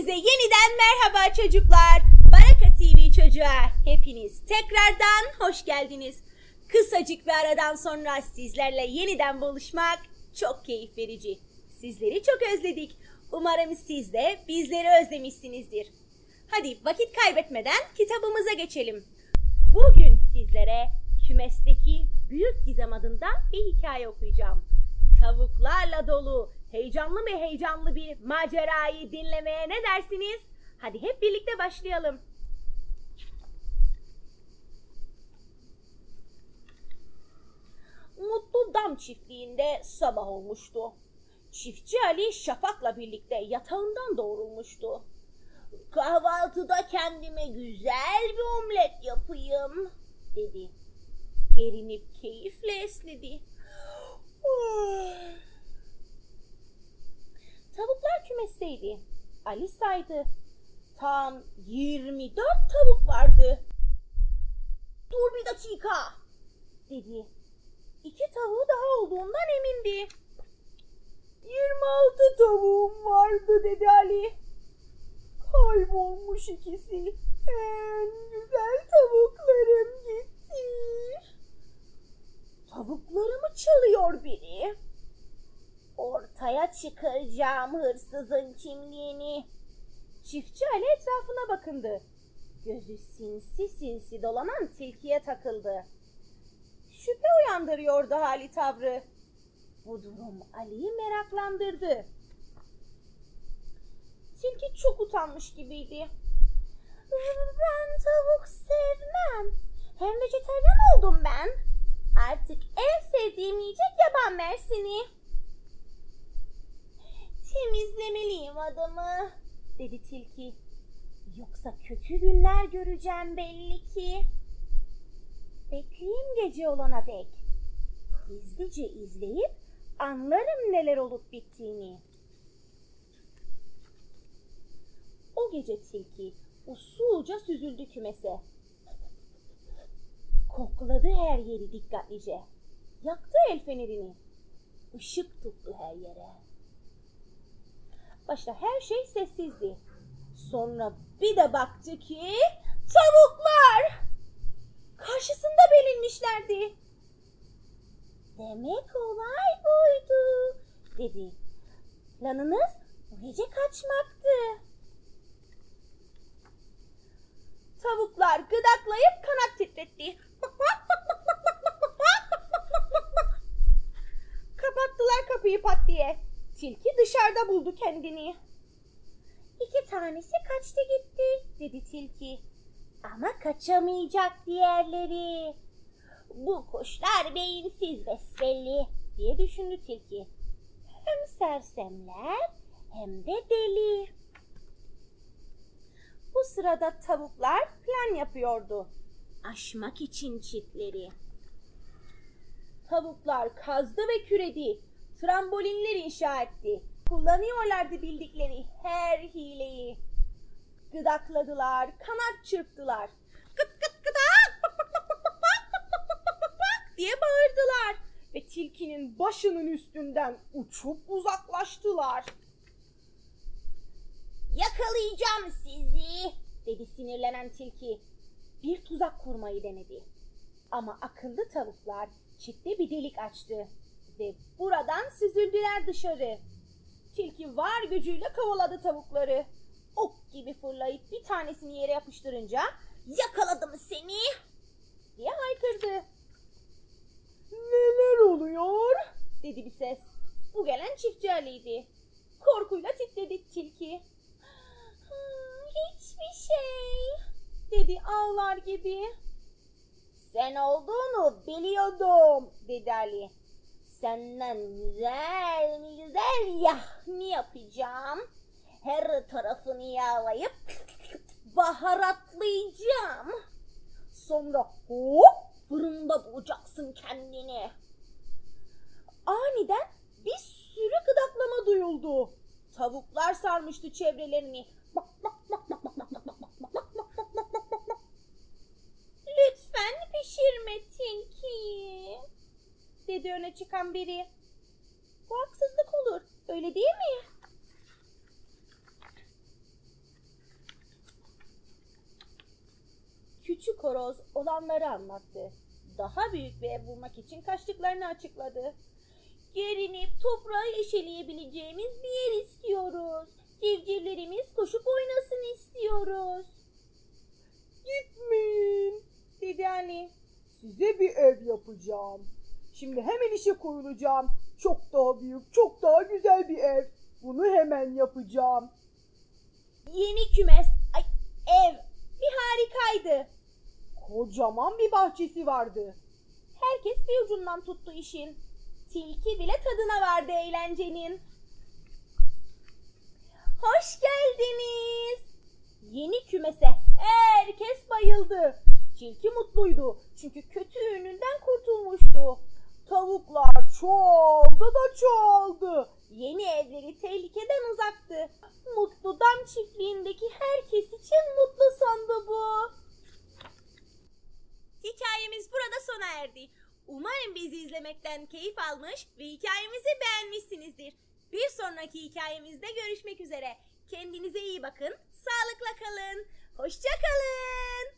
Hepinize yeniden merhaba çocuklar. Baraka TV çocuğa hepiniz tekrardan hoş geldiniz. Kısacık bir aradan sonra sizlerle yeniden buluşmak çok keyif verici. Sizleri çok özledik. Umarım siz de bizleri özlemişsinizdir. Hadi vakit kaybetmeden kitabımıza geçelim. Bugün sizlere Kümesteki Büyük Gizem adında bir hikaye okuyacağım. Tavuklarla dolu, heyecanlı bir macerayı dinlemeye ne dersiniz? Hadi hep birlikte başlayalım. Mutlu Dam çiftliğinde sabah olmuştu. Çiftçi Ali Şafak'la birlikte yatağından doğrulmuştu. "Kahvaltıda kendime güzel bir omlet yapayım," dedi. Gerinip keyifle esnedi. Tavuklar kümesteydi. Ali saydı. Tam 24 tavuk vardı. "Dur bir dakika," dedi. 2 tavuğu daha olduğundan emindi. "26 tavuğum vardı," dedi Ali. "Kaybolmuş ikisi. En güzel tavuklarım gitti. Tavuklarımı çalıyor biri. Ortaya çıkaracağım hırsızın kimliğini." Çiftçi Ali etrafına bakındı. Gözü sinsi dolanan tilkiye takıldı. Şüphe uyandırıyordu hali tavrı. Bu durum Ali'yi meraklandırdı. Tilki çok utanmış gibiydi. "Ben tavuk sevmem. Hem vejetaryen oldum ben. Artık en sevdiğim yiyecek yaban mersini. Temizlemeliyim adamı," dedi tilki. "Yoksa kötü günler göreceğim belli ki. Bekleyeyim gece olana dek. Gizlice izleyip anlarım neler olup bittiğini." O gece tilki usulca süzüldü kümese. Kokladı her yeri dikkatlice. Yaktı el fenerini. Işık tuttu her yere. Başta her şey sessizdi. Sonra bir de baktı ki tavuklar karşısında belirmişlerdi. "Demek olay buydu," dedi. "Planınız bu gece kaçmaktı." Tavuklar gıdaklayıp kanat titretti. Kapattılar kapıyı pat diye. Tilki dışarıda buldu kendini. "2 tanesi kaçtı gitti," dedi tilki. "Ama kaçamayacak diğerleri. Bu kuşlar beyinsiz besbelli," diye düşündü tilki. "Hem sersemler hem de deli." Bu sırada tavuklar plan yapıyordu. Aşmak için çitleri. Tavuklar kazdı ve küredi. Trambolinler inşa etti. Kullanıyorlardı bildikleri her hileyi. Gıdakladılar, kanat çırptılar. "Kıt kıt kıdak, bak bak bak bak bak bak bak bak bak bak" diye bağırdılar. Ve tilkinin başının üstünden uçup uzaklaştılar. "Yakalayacağım sizi," dedi sinirlenen tilki. Bir tuzak kurmayı denedi. Ama akıllı tavuklar çitte bir delik açtı ve buradan süzüldüler dışarı. Tilki var gücüyle kovaladı tavukları. Ok gibi fırlayıp bir tanesini yere yapıştırınca "Yakaladım seni," diye haykırdı. "Neler oluyor?" dedi bir ses. Bu gelen çiftçi Ali'ydi. Korkuyla titredi tilki. "Hiçbir şey," dedi ağlar gibi. "Sen olduğunu biliyordum," dedi Ali. "Senden güzel yahni yapacağım. Her tarafını yağlayıp baharatlayacağım. Sonra hop fırında bulacaksın kendini." Aniden bir sürü gıdaklama duyuldu. Tavuklar sarmıştı çevrelerini. "Bak bak bak bak bak bak bak bak bak bak bak bak bak bak bak bak. Lütfen pişirme tilki," dedi öne çıkan biri. "Bu haksızlık olur, öyle değil mi?" küçük horoz olanları anlattı. Daha büyük bir ev bulmak için kaçtıklarını açıkladı. Gerinip toprağı eşeleyebileceğimiz bir yer istiyoruz. Civcivlerimiz koşup oynasın istiyoruz. Gitmeyin, dedi Ali. Size bir ev yapacağım. Şimdi hemen işe koyulacağım. Çok daha büyük, çok daha güzel bir ev. Bunu hemen yapacağım. Yeni kümes, ev bir harikaydı. Kocaman bir bahçesi vardı. Herkes bir ucundan tuttu işin. Tilki bile tadına vardı eğlencenin. Hoş geldiniz. Yeni kümese herkes bayıldı. Tilki mutluydu çünkü kötü ününden kurtulmuştu. Tavuklar çoğaldı da çoğaldı. Yeni evleri tehlikeden uzaktı. Mutlu Dam çiftliğindeki herkes için mutlu sondu bu. Hikayemiz burada sona erdi. Umarım bizi izlemekten keyif almış ve hikayemizi beğenmişsinizdir. Bir sonraki hikayemizde görüşmek üzere. Kendinize iyi bakın, sağlıkla kalın, hoşça kalın.